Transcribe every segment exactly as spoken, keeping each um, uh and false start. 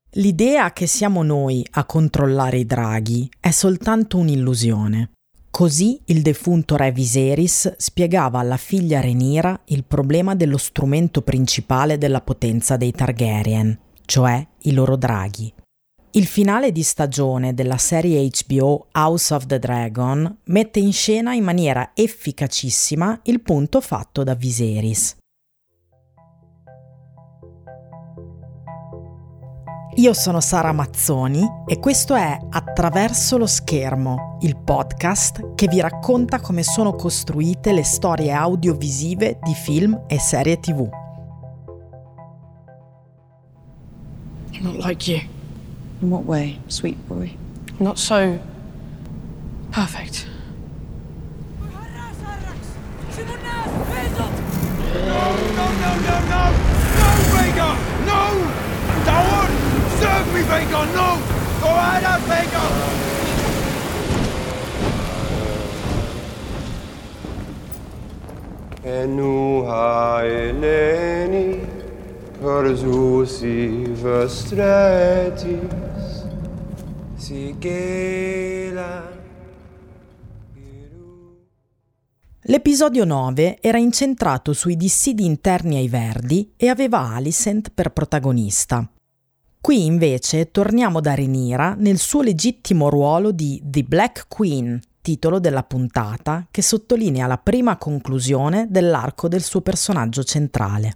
L'idea che siamo noi a controllare i draghi è soltanto un'illusione. Così il defunto re Viserys spiegava alla figlia Rhaenyra il problema dello strumento principale della potenza dei Targaryen, cioè i loro draghi. Il finale di stagione della serie H B O House of the Dragon mette in scena in maniera efficacissima il punto fatto da Viserys. Io sono Sara Mazzoni e questo è Attraverso lo schermo, il podcast che vi racconta come sono costruite le storie audiovisive di film e serie tivù. I'm not like you. In what way, sweet boy? Not so perfect. No, no, no, no, no! No, Vhagar! No! Don't serve me, Vhagar! No! Go right out, Vhagar! Enu ha Eleni persusi vestretis sigela. L'episodio nove era incentrato sui dissidi interni ai Verdi e aveva Alicent per protagonista. Qui invece torniamo da Rhaenyra nel suo legittimo ruolo di The Black Queen, titolo della puntata che sottolinea la prima conclusione dell'arco del suo personaggio centrale.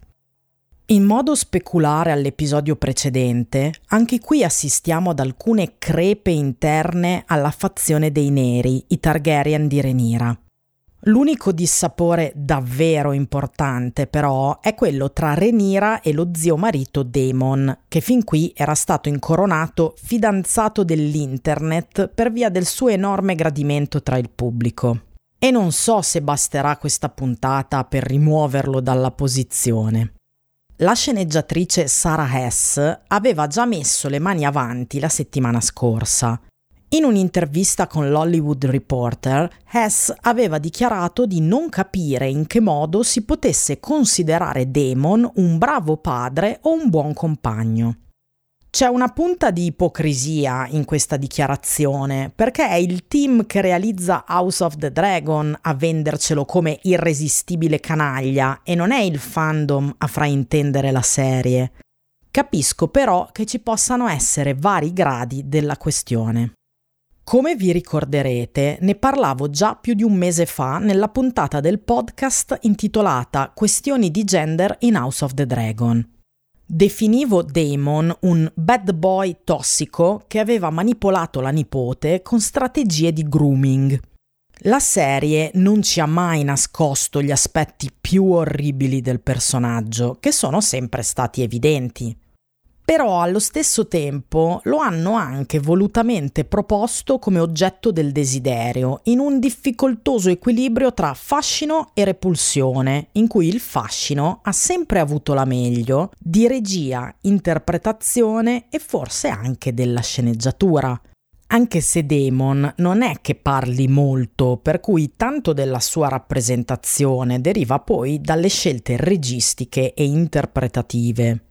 In modo speculare all'episodio precedente, anche qui assistiamo ad alcune crepe interne alla fazione dei Neri, i Targaryen di Rhaenyra. L'unico dissapore davvero importante, però, è quello tra Rhaenyra e lo zio marito Daemon, che fin qui era stato incoronato fidanzato dell'internet per via del suo enorme gradimento tra il pubblico. E non so se basterà questa puntata per rimuoverlo dalla posizione. La sceneggiatrice Sarah Hess aveva già messo le mani avanti la settimana scorsa. In un'intervista con l'Hollywood Reporter, Hess aveva dichiarato di non capire in che modo si potesse considerare Daemon un bravo padre o un buon compagno. C'è una punta di ipocrisia in questa dichiarazione, perché è il team che realizza House of the Dragon a vendercelo come irresistibile canaglia e non è il fandom a fraintendere la serie. Capisco però che ci possano essere vari gradi della questione. Come vi ricorderete, ne parlavo già più di un mese fa nella puntata del podcast intitolata Questioni di gender in House of the Dragon. Definivo Daemon un bad boy tossico che aveva manipolato la nipote con strategie di grooming. La serie non ci ha mai nascosto gli aspetti più orribili del personaggio, che sono sempre stati evidenti. Però allo stesso tempo lo hanno anche volutamente proposto come oggetto del desiderio, in un difficoltoso equilibrio tra fascino e repulsione, in cui il fascino ha sempre avuto la meglio di regia, interpretazione e forse anche della sceneggiatura. Anche se Daemon non è che parli molto, per cui tanto della sua rappresentazione deriva poi dalle scelte registiche e interpretative.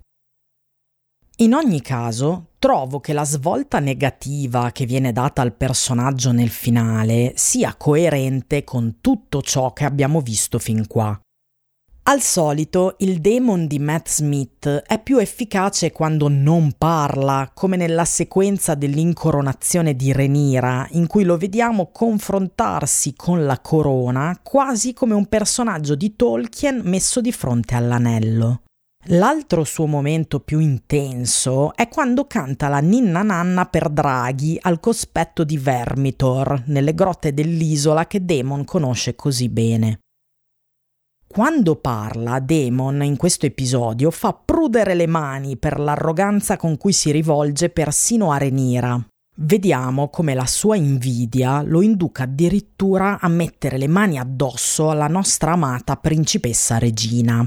In ogni caso, trovo che la svolta negativa che viene data al personaggio nel finale sia coerente con tutto ciò che abbiamo visto fin qua. Al solito, il Daemon di Matt Smith è più efficace quando non parla, come nella sequenza dell'incoronazione di Rhaenyra, in cui lo vediamo confrontarsi con la corona quasi come un personaggio di Tolkien messo di fronte all'anello. L'altro suo momento più intenso è quando canta la ninna nanna per draghi al cospetto di Vermithor, nelle grotte dell'isola che Daemon conosce così bene. Quando parla, Daemon in questo episodio fa prudere le mani per l'arroganza con cui si rivolge persino a Rhaenyra. Vediamo come la sua invidia lo induca addirittura a mettere le mani addosso alla nostra amata principessa regina.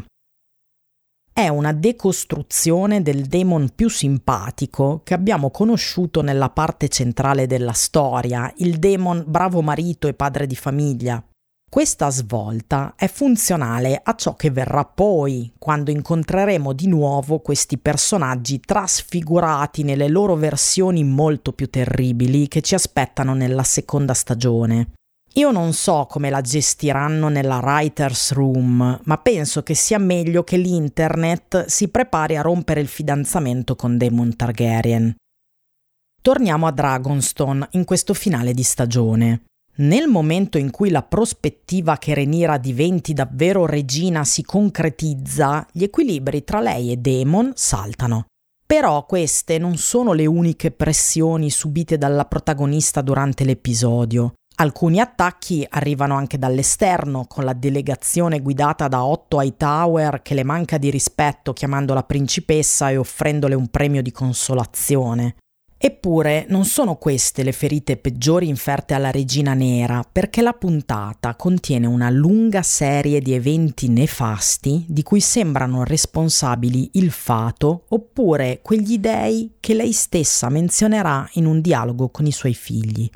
È una decostruzione del Daemon più simpatico che abbiamo conosciuto nella parte centrale della storia, il Daemon bravo marito e padre di famiglia. Questa svolta è funzionale a ciò che verrà poi, quando incontreremo di nuovo questi personaggi trasfigurati nelle loro versioni molto più terribili che ci aspettano nella seconda stagione. Io non so come la gestiranno nella writer's room, ma penso che sia meglio che l'internet si prepari a rompere il fidanzamento con Daemon Targaryen. Torniamo a Dragonstone in questo finale di stagione. Nel momento in cui la prospettiva che Rhaenyra diventi davvero regina si concretizza, gli equilibri tra lei e Daemon saltano. Però queste non sono le uniche pressioni subite dalla protagonista durante l'episodio. Alcuni attacchi arrivano anche dall'esterno, con la delegazione guidata da Otto Hightower che le manca di rispetto chiamandola principessa e offrendole un premio di consolazione. Eppure non sono queste le ferite peggiori inferte alla regina nera, perché la puntata contiene una lunga serie di eventi nefasti di cui sembrano responsabili il fato oppure quegli dei che lei stessa menzionerà in un dialogo con i suoi figli.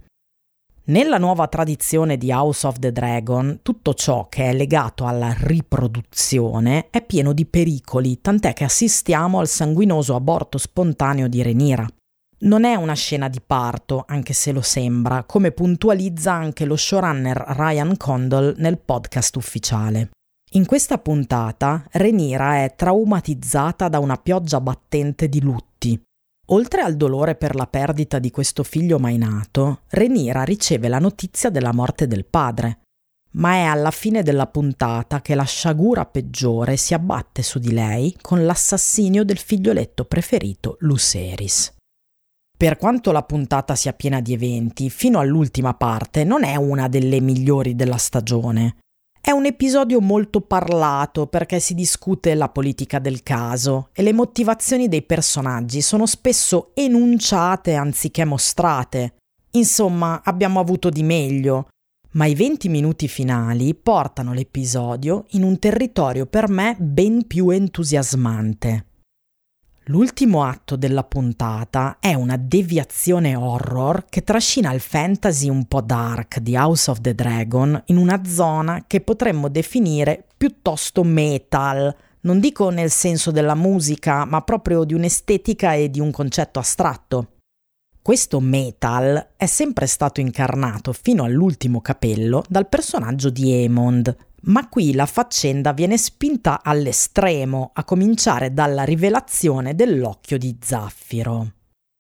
Nella nuova tradizione di House of the Dragon, tutto ciò che è legato alla riproduzione è pieno di pericoli, tant'è che assistiamo al sanguinoso aborto spontaneo di Rhaenyra. Non è una scena di parto, anche se lo sembra, come puntualizza anche lo showrunner Ryan Condal nel podcast ufficiale. In questa puntata, Rhaenyra è traumatizzata da una pioggia battente di lutti. Oltre al dolore per la perdita di questo figlio mai nato, Rhaenyra riceve la notizia della morte del padre. Ma è alla fine della puntata che la sciagura peggiore si abbatte su di lei con l'assassinio del figlioletto preferito Lucerys. Per quanto la puntata sia piena di eventi, fino all'ultima parte non è una delle migliori della stagione. È un episodio molto parlato perché si discute la politica del caso e le motivazioni dei personaggi sono spesso enunciate anziché mostrate. Insomma, abbiamo avuto di meglio, ma i venti minuti finali portano l'episodio in un territorio per me ben più entusiasmante. L'ultimo atto della puntata è una deviazione horror che trascina il fantasy un po' dark di House of the Dragon in una zona che potremmo definire piuttosto metal, non dico nel senso della musica, ma proprio di un'estetica e di un concetto astratto. Questo metal è sempre stato incarnato fino all'ultimo capello dal personaggio di Aemond, ma qui la faccenda viene spinta all'estremo, a cominciare dalla rivelazione dell'occhio di Zaffiro.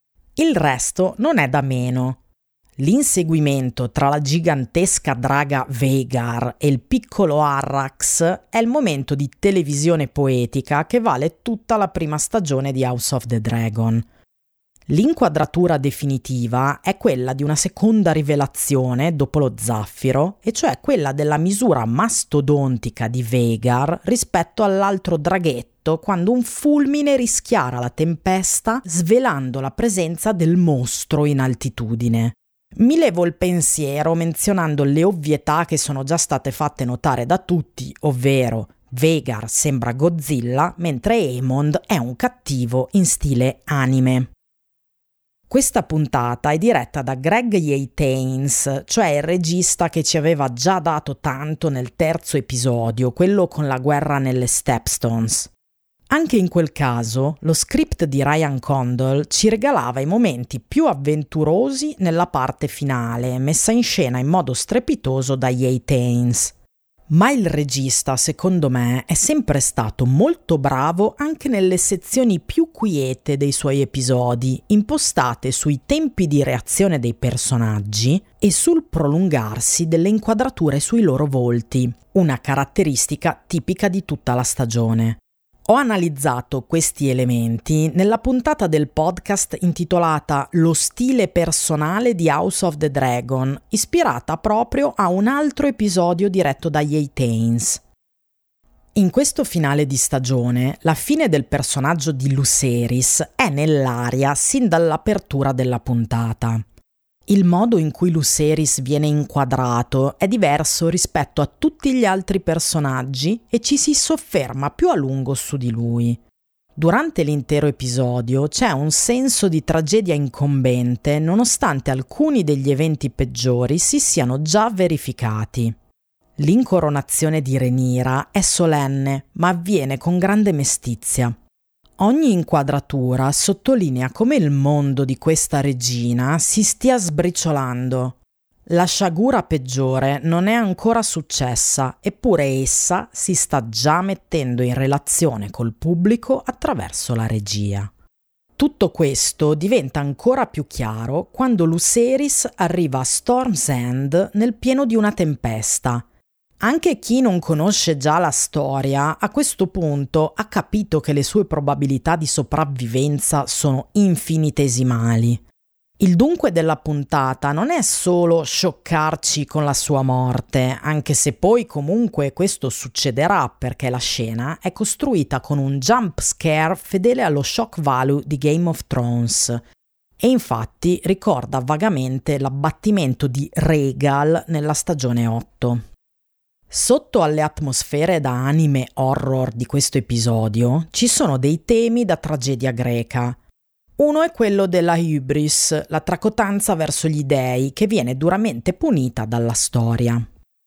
Il resto non è da meno. L'inseguimento tra la gigantesca draga Vhagar e il piccolo Arrax è il momento di televisione poetica che vale tutta la prima stagione di House of the Dragon. L'inquadratura definitiva è quella di una seconda rivelazione dopo lo Zaffiro, e cioè quella della misura mastodontica di Vhagar rispetto all'altro draghetto quando un fulmine rischiara la tempesta svelando la presenza del mostro in altitudine. Mi levo il pensiero menzionando le ovvietà che sono già state fatte notare da tutti, ovvero Vhagar sembra Godzilla mentre Aemond è un cattivo in stile anime. Questa puntata è diretta da Greg Yaitanes, cioè il regista che ci aveva già dato tanto nel terzo episodio, quello con la guerra nelle Stepstones. Anche in quel caso, lo script di Ryan Condal ci regalava i momenti più avventurosi nella parte finale, messa in scena in modo strepitoso da Yaitanes. Ma il regista, secondo me, è sempre stato molto bravo anche nelle sezioni più quiete dei suoi episodi, impostate sui tempi di reazione dei personaggi e sul prolungarsi delle inquadrature sui loro volti, una caratteristica tipica di tutta la stagione. Ho analizzato questi elementi nella puntata del podcast intitolata Lo stile personale di House of the Dragon, ispirata proprio a un altro episodio diretto da Yaitanes. In questo finale di stagione, la fine del personaggio di Lucerys è nell'aria sin dall'apertura della puntata. Il modo in cui Lucerys viene inquadrato è diverso rispetto a tutti gli altri personaggi e ci si sofferma più a lungo su di lui. Durante l'intero episodio c'è un senso di tragedia incombente nonostante alcuni degli eventi peggiori si siano già verificati. L'incoronazione di Rhaenyra è solenne, ma avviene con grande mestizia. Ogni inquadratura sottolinea come il mondo di questa regina si stia sbriciolando. La sciagura peggiore non è ancora successa, eppure essa si sta già mettendo in relazione col pubblico attraverso la regia. Tutto questo diventa ancora più chiaro quando Lucerys arriva a Storm's End nel pieno di una tempesta. Anche chi non conosce già la storia, a questo punto ha capito che le sue probabilità di sopravvivenza sono infinitesimali. Il dunque della puntata non è solo scioccarci con la sua morte, anche se poi comunque questo succederà perché la scena è costruita con un jump scare fedele allo shock value di Game of Thrones e infatti ricorda vagamente l'abbattimento di Rhaegal nella stagione otto. Sotto alle atmosfere da anime horror di questo episodio ci sono dei temi da tragedia greca. Uno è quello della hybris, la tracotanza verso gli dei, che viene duramente punita dalla storia.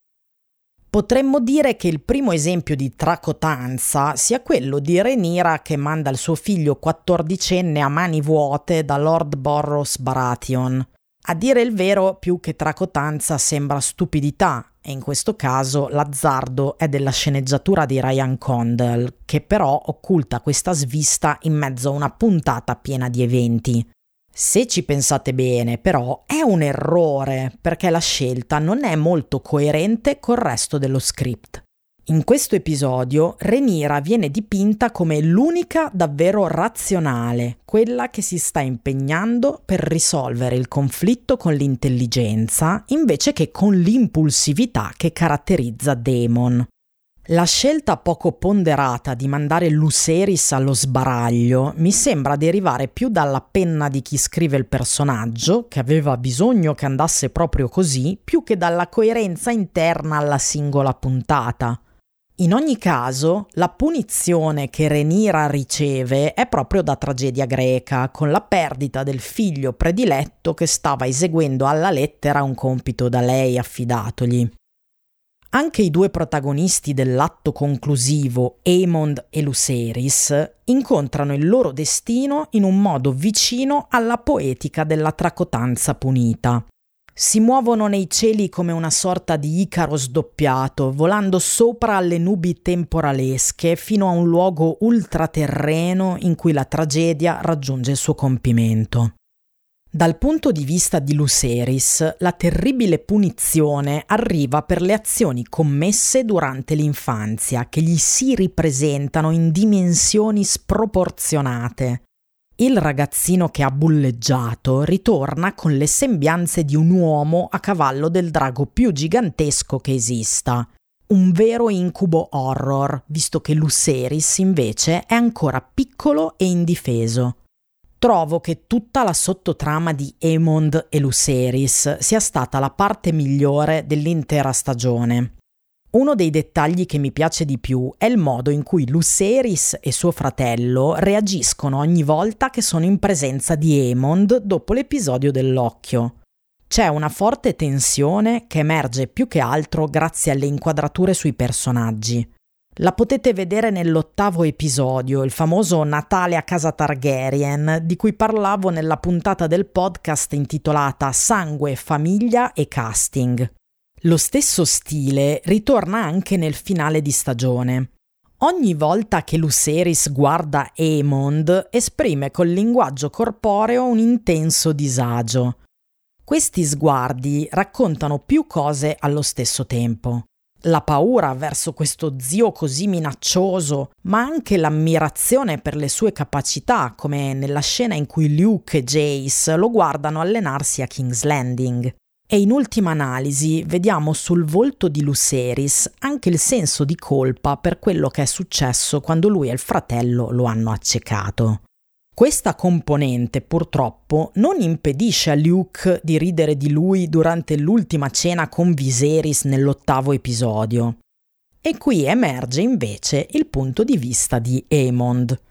Potremmo dire che il primo esempio di tracotanza sia quello di Rhaenyra che manda il suo figlio quattordicenne a mani vuote da Lord Borros Baratheon. A dire il vero, più che tracotanza sembra stupidità, e in questo caso l'azzardo è della sceneggiatura di Ryan Condal, che però occulta questa svista in mezzo a una puntata piena di eventi. Se ci pensate bene, però, è un errore, perché la scelta non è molto coerente col resto dello script. In questo episodio Rhaenyra viene dipinta come l'unica davvero razionale, quella che si sta impegnando per risolvere il conflitto con l'intelligenza invece che con l'impulsività che caratterizza Daemon. La scelta poco ponderata di mandare Lucerys allo sbaraglio mi sembra derivare più dalla penna di chi scrive il personaggio, che aveva bisogno che andasse proprio così, più che dalla coerenza interna alla singola puntata. In ogni caso, la punizione che Rhaenyra riceve è proprio da tragedia greca, con la perdita del figlio prediletto che stava eseguendo alla lettera un compito da lei affidatogli. Anche i due protagonisti dell'atto conclusivo, Aemond e Lucerys, incontrano il loro destino in un modo vicino alla poetica della tracotanza punita. Si muovono nei cieli come una sorta di Icaro sdoppiato, volando sopra alle nubi temporalesche fino a un luogo ultraterreno in cui la tragedia raggiunge il suo compimento. Dal punto di vista di Lucerys, la terribile punizione arriva per le azioni commesse durante l'infanzia, che gli si ripresentano in dimensioni sproporzionate. Il ragazzino che ha bulleggiato ritorna con le sembianze di un uomo a cavallo del drago più gigantesco che esista. Un vero incubo horror, visto che Lucerys invece è ancora piccolo e indifeso. Trovo che tutta la sottotrama di Aemond e Lucerys sia stata la parte migliore dell'intera stagione. Uno dei dettagli che mi piace di più è il modo in cui Lucerys e suo fratello reagiscono ogni volta che sono in presenza di Aemond dopo l'episodio dell'occhio. C'è una forte tensione che emerge più che altro grazie alle inquadrature sui personaggi. La potete vedere nell'ottavo episodio, il famoso Natale a casa Targaryen, di cui parlavo nella puntata del podcast intitolata Sangue, famiglia e casting. Lo stesso stile ritorna anche nel finale di stagione. Ogni volta che Lucerys guarda Aemond, esprime col linguaggio corporeo un intenso disagio. Questi sguardi raccontano più cose allo stesso tempo. La paura verso questo zio così minaccioso, ma anche l'ammirazione per le sue capacità, come nella scena in cui Luke e Jace lo guardano allenarsi a King's Landing. E in ultima analisi vediamo sul volto di Lucerys anche il senso di colpa per quello che è successo quando lui e il fratello lo hanno accecato. Questa componente purtroppo non impedisce a Luke di ridere di lui durante l'ultima cena con Viserys nell'ottavo episodio. E qui emerge invece il punto di vista di Aemond.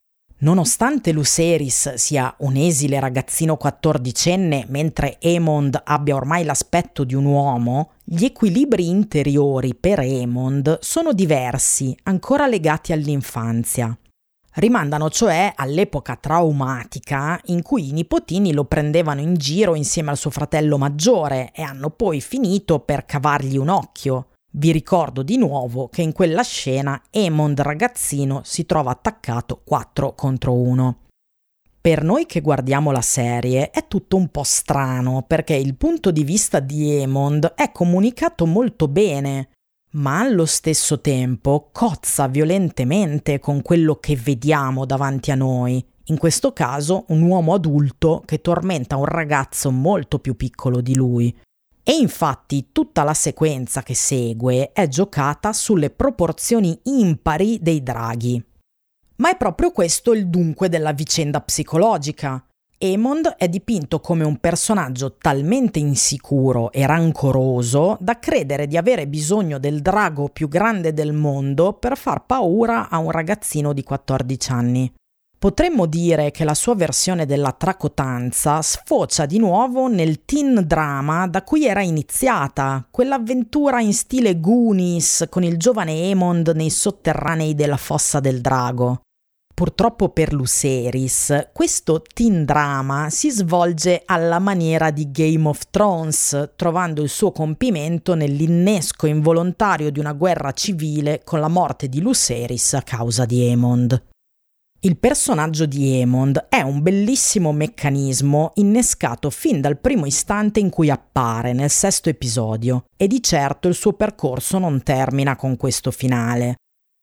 Nonostante Lucerys sia un esile ragazzino quattordicenne, mentre Aemond abbia ormai l'aspetto di un uomo, gli equilibri interiori per Aemond sono diversi, ancora legati all'infanzia. Rimandano cioè all'epoca traumatica in cui i nipotini lo prendevano in giro insieme al suo fratello maggiore e hanno poi finito per cavargli un occhio. Vi ricordo di nuovo che in quella scena Aemond ragazzino si trova attaccato quattro contro uno. Per noi che guardiamo la serie è tutto un po' strano perché il punto di vista di Aemond è comunicato molto bene, ma allo stesso tempo cozza violentemente con quello che vediamo davanti a noi, in questo caso un uomo adulto che tormenta un ragazzo molto più piccolo di lui. E infatti tutta la sequenza che segue è giocata sulle proporzioni impari dei draghi. Ma è proprio questo il dunque della vicenda psicologica. Aemond è dipinto come un personaggio talmente insicuro e rancoroso da credere di avere bisogno del drago più grande del mondo per far paura a un ragazzino di quattordici anni. Potremmo dire che la sua versione della tracotanza sfocia di nuovo nel teen drama da cui era iniziata, quell'avventura in stile Goonies con il giovane Aemond nei sotterranei della Fossa del Drago. Purtroppo per Lucerys, questo teen drama si svolge alla maniera di Game of Thrones, trovando il suo compimento nell'innesco involontario di una guerra civile con la morte di Lucerys a causa di Aemond. Il personaggio di Aemond è un bellissimo meccanismo innescato fin dal primo istante in cui appare nel sesto episodio, e di certo il suo percorso non termina con questo finale.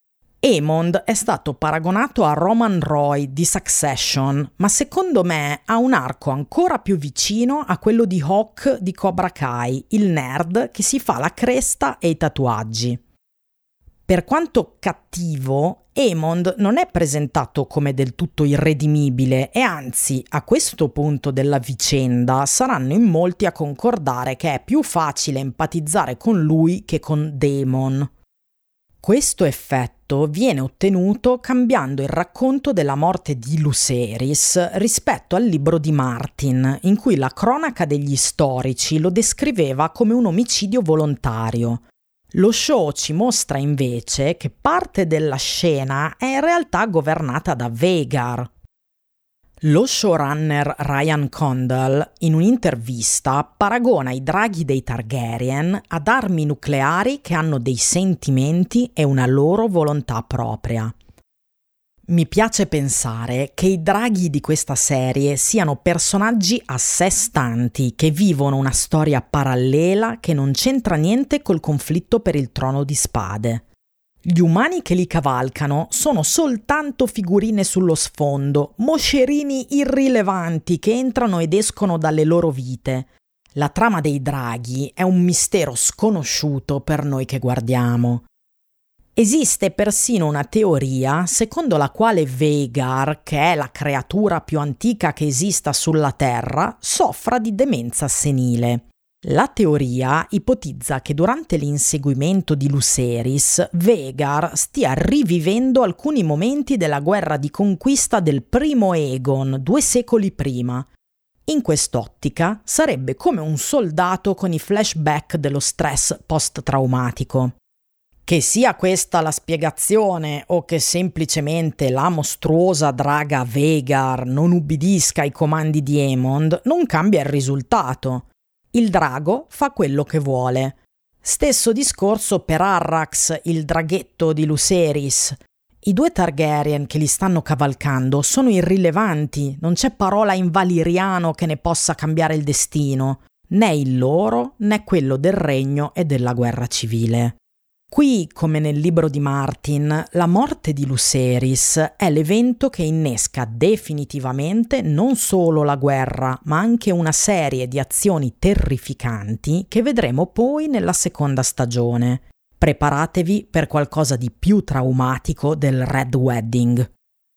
Aemond è stato paragonato a Roman Roy di Succession, ma secondo me ha un arco ancora più vicino a quello di Hawk di Cobra Kai, il nerd che si fa la cresta e i tatuaggi. Per quanto cattivo, Aemond non è presentato come del tutto irredimibile e anzi, a questo punto della vicenda, saranno in molti a concordare che è più facile empatizzare con lui che con Daemon. Questo effetto viene ottenuto cambiando il racconto della morte di Lucerys rispetto al libro di Martin, in cui la cronaca degli storici lo descriveva come un omicidio volontario. Lo show ci mostra invece che parte della scena è in realtà governata da Vhagar. Lo showrunner Ryan Condal, in un'intervista, paragona i draghi dei Targaryen ad armi nucleari che hanno dei sentimenti e una loro volontà propria. Mi piace pensare che i draghi di questa serie siano personaggi a sé stanti che vivono una storia parallela che non c'entra niente col conflitto per il trono di spade. Gli umani che li cavalcano sono soltanto figurine sullo sfondo, moscerini irrilevanti che entrano ed escono dalle loro vite. La trama dei draghi è un mistero sconosciuto per noi che guardiamo. Esiste persino una teoria secondo la quale Vhagar, che è la creatura più antica che esista sulla Terra, soffra di demenza senile. La teoria ipotizza che durante l'inseguimento di Lucerys, Vhagar stia rivivendo alcuni momenti della guerra di conquista del primo Aegon, due secoli prima. In quest'ottica sarebbe come un soldato con i flashback dello stress post-traumatico. Che sia questa la spiegazione o che semplicemente la mostruosa draga Vhagar non ubbidisca ai comandi di Aemond non cambia il risultato. Il drago fa quello che vuole. Stesso discorso per Arrax, il draghetto di Lucerys. I due Targaryen che li stanno cavalcando sono irrilevanti, non c'è parola in valiriano che ne possa cambiare il destino, né il loro né quello del regno e della guerra civile. Qui, come nel libro di Martin, la morte di Lucerys è l'evento che innesca definitivamente non solo la guerra, ma anche una serie di azioni terrificanti che vedremo poi nella seconda stagione. Preparatevi per qualcosa di più traumatico del Red Wedding.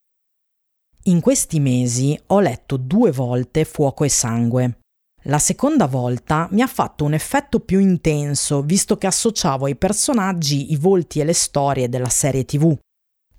In questi mesi ho letto due volte Fuoco e Sangue. La seconda volta mi ha fatto un effetto più intenso, visto che associavo ai personaggi i volti e le storie della serie tivù.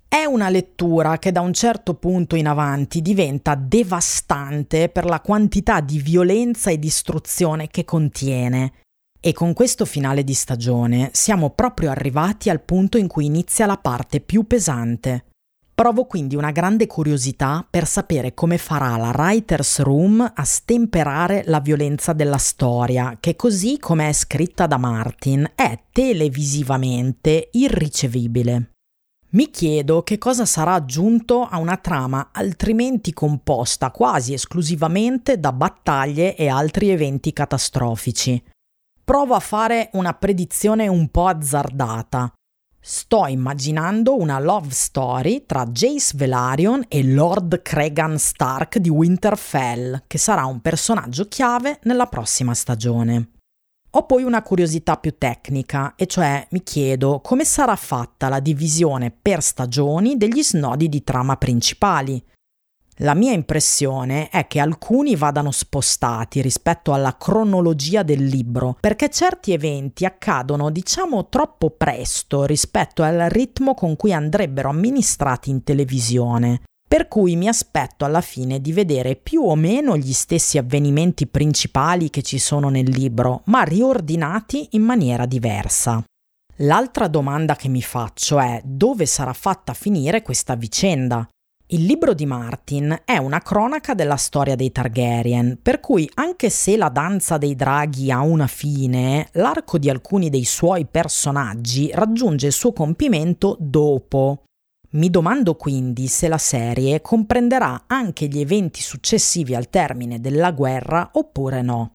È una lettura che da un certo punto in avanti diventa devastante per la quantità di violenza e distruzione che contiene. E con questo finale di stagione siamo proprio arrivati al punto in cui inizia la parte più pesante. Provo quindi una grande curiosità per sapere come farà la Writer's Room a stemperare la violenza della storia, che così come è scritta da Martin è televisivamente irricevibile. Mi chiedo che cosa sarà aggiunto a una trama altrimenti composta quasi esclusivamente da battaglie e altri eventi catastrofici. Provo a fare una predizione un po' azzardata. Sto immaginando una love story tra Jace Velaryon e Lord Cregan Stark di Winterfell, che sarà un personaggio chiave nella prossima stagione. Ho poi una curiosità più tecnica, e cioè mi chiedo come sarà fatta la divisione per stagioni degli snodi di trama principali. La mia impressione è che alcuni vadano spostati rispetto alla cronologia del libro, perché certi eventi accadono, diciamo, troppo presto rispetto al ritmo con cui andrebbero amministrati in televisione. Per cui mi aspetto alla fine di vedere più o meno gli stessi avvenimenti principali che ci sono nel libro, ma riordinati in maniera diversa. L'altra domanda che mi faccio è: dove sarà fatta finire questa vicenda? Il libro di Martin è una cronaca della storia dei Targaryen, per cui anche se la danza dei draghi ha una fine, l'arco di alcuni dei suoi personaggi raggiunge il suo compimento dopo. Mi domando quindi se la serie comprenderà anche gli eventi successivi al termine della guerra oppure no.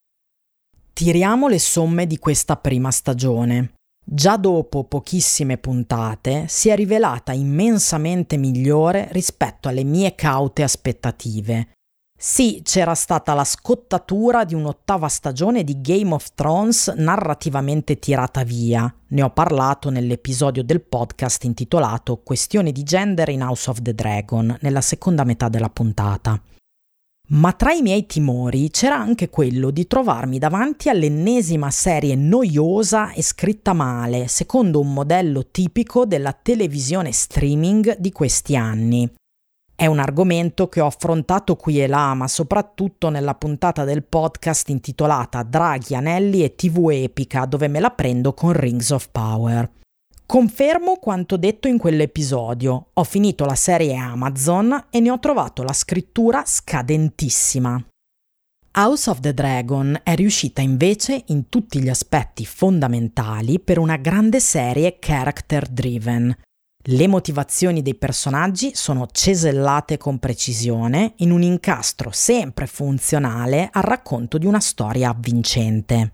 Tiriamo le somme di questa prima stagione. Già dopo pochissime puntate si è rivelata immensamente migliore rispetto alle mie caute aspettative. Sì, c'era stata la scottatura di un'ottava stagione di Game of Thrones narrativamente tirata via. Ne ho parlato nell'episodio del podcast intitolato Questioni di gender in House of the Dragon, nella seconda metà della puntata. Ma tra i miei timori c'era anche quello di trovarmi davanti all'ennesima serie noiosa e scritta male, secondo un modello tipico della televisione streaming di questi anni. È un argomento che ho affrontato qui e là, ma soprattutto nella puntata del podcast intitolata Draghi, Anelli e tivù Epica, dove me la prendo con Rings of Power. Confermo quanto detto in quell'episodio. Ho finito la serie Amazon e ne ho trovato la scrittura scadentissima. House of the Dragon è riuscita invece in tutti gli aspetti fondamentali per una grande serie character driven. Le motivazioni dei personaggi sono cesellate con precisione in un incastro sempre funzionale al racconto di una storia avvincente.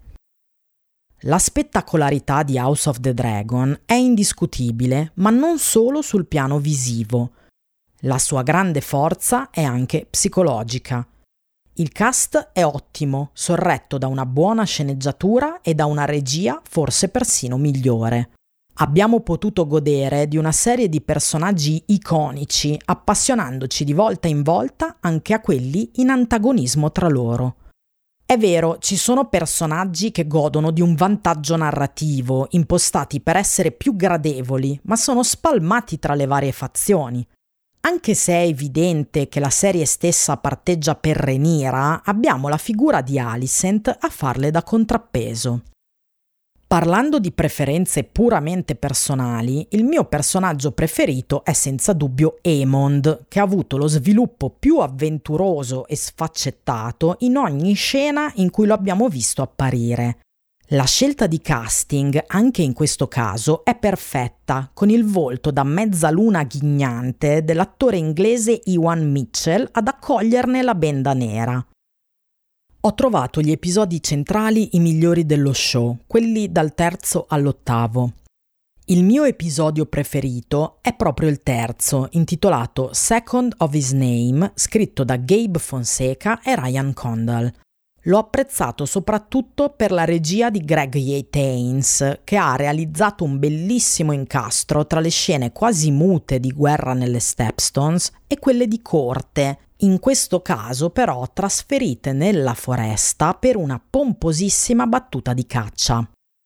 La spettacolarità di House of the Dragon è indiscutibile, ma non solo sul piano visivo. La sua grande forza è anche psicologica. Il cast è ottimo, sorretto da una buona sceneggiatura e da una regia forse persino migliore. Abbiamo potuto godere di una serie di personaggi iconici, appassionandoci di volta in volta anche a quelli in antagonismo tra loro. È vero, ci sono personaggi che godono di un vantaggio narrativo, impostati per essere più gradevoli, ma sono spalmati tra le varie fazioni. Anche se è evidente che la serie stessa parteggia per Rhaenyra, abbiamo la figura di Alicent a farle da contrappeso. Parlando di preferenze puramente personali, il mio personaggio preferito è senza dubbio Aemond, che ha avuto lo sviluppo più avventuroso e sfaccettato in ogni scena in cui lo abbiamo visto apparire. La scelta di casting, anche in questo caso, è perfetta, con il volto da mezzaluna ghignante dell'attore inglese Ewan Mitchell ad accoglierne la benda nera. Ho trovato gli episodi centrali i migliori dello show, quelli dal terzo all'ottavo. Il mio episodio preferito è proprio il terzo, intitolato Second of His Name, scritto da Gabe Fonseca e Ryan Condal. L'ho apprezzato soprattutto per la regia di Greg Yates, che ha realizzato un bellissimo incastro tra le scene quasi mute di guerra nelle Stepstones e quelle di corte, in questo caso però trasferite nella foresta per una pomposissima battuta di caccia.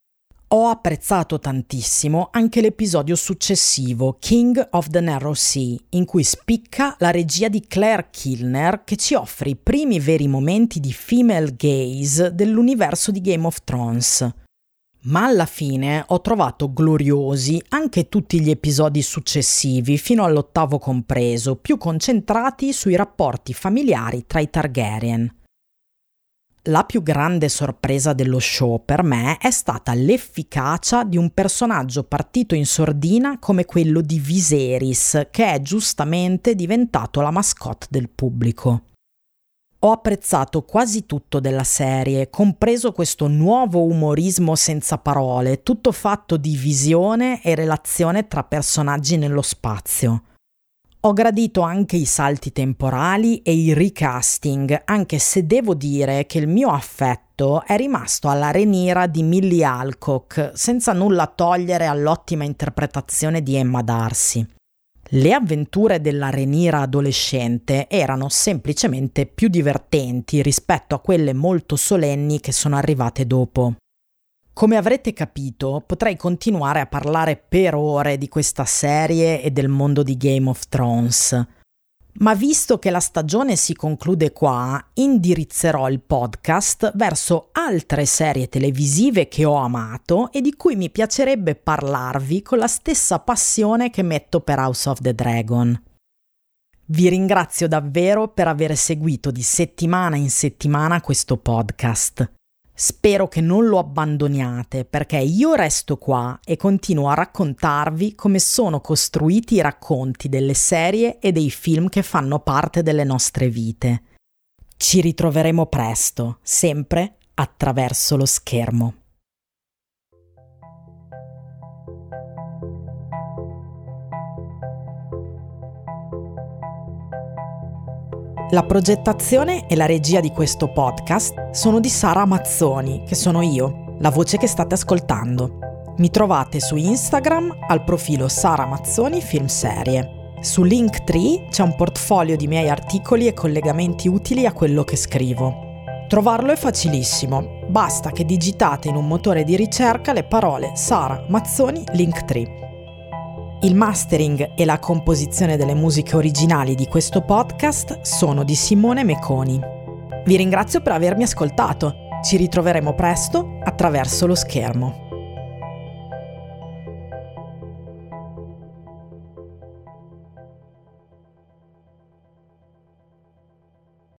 Ho apprezzato tantissimo anche l'episodio successivo, King of the Narrow Sea, in cui spicca la regia di Claire Kilner che ci offre i primi veri momenti di female gaze dell'universo di Game of Thrones. Ma alla fine ho trovato gloriosi anche tutti gli episodi successivi, fino all'ottavo compreso, più concentrati sui rapporti familiari tra i Targaryen. La più grande sorpresa dello show per me è stata l'efficacia di un personaggio partito in sordina come quello di Viserys, che è giustamente diventato la mascotte del pubblico. Ho apprezzato quasi tutto della serie, compreso questo nuovo umorismo senza parole, tutto fatto di visione e relazione tra personaggi nello spazio. Ho gradito anche i salti temporali e i recasting, anche se devo dire che il mio affetto è rimasto alla Rhaenyra di Millie Alcock, senza nulla togliere all'ottima interpretazione di Emma Darcy. Le avventure della Rhaenyra adolescente erano semplicemente più divertenti rispetto a quelle molto solenni che sono arrivate dopo. Come avrete capito, potrei continuare a parlare per ore di questa serie e del mondo di Game of Thrones. Ma visto che la stagione si conclude qua, indirizzerò il podcast verso altre serie televisive che ho amato e di cui mi piacerebbe parlarvi con la stessa passione che metto per House of the Dragon. Vi ringrazio davvero per aver seguito di settimana in settimana questo podcast. Spero che non lo abbandoniate, perché io resto qua e continuo a raccontarvi come sono costruiti i racconti delle serie e dei film che fanno parte delle nostre vite. Ci ritroveremo presto, sempre attraverso lo schermo. La progettazione e la regia di questo podcast sono di Sara Mazzoni, che sono io, la voce che state ascoltando. Mi trovate su Instagram al profilo Sara Mazzoni Film Serie. Su Linktree c'è un portfolio di miei articoli e collegamenti utili a quello che scrivo. Trovarlo è facilissimo, basta che digitate in un motore di ricerca le parole Sara Mazzoni Linktree. Il mastering e la composizione delle musiche originali di questo podcast sono di Simone Meconi. Vi ringrazio per avermi ascoltato. Ci ritroveremo presto attraverso lo schermo.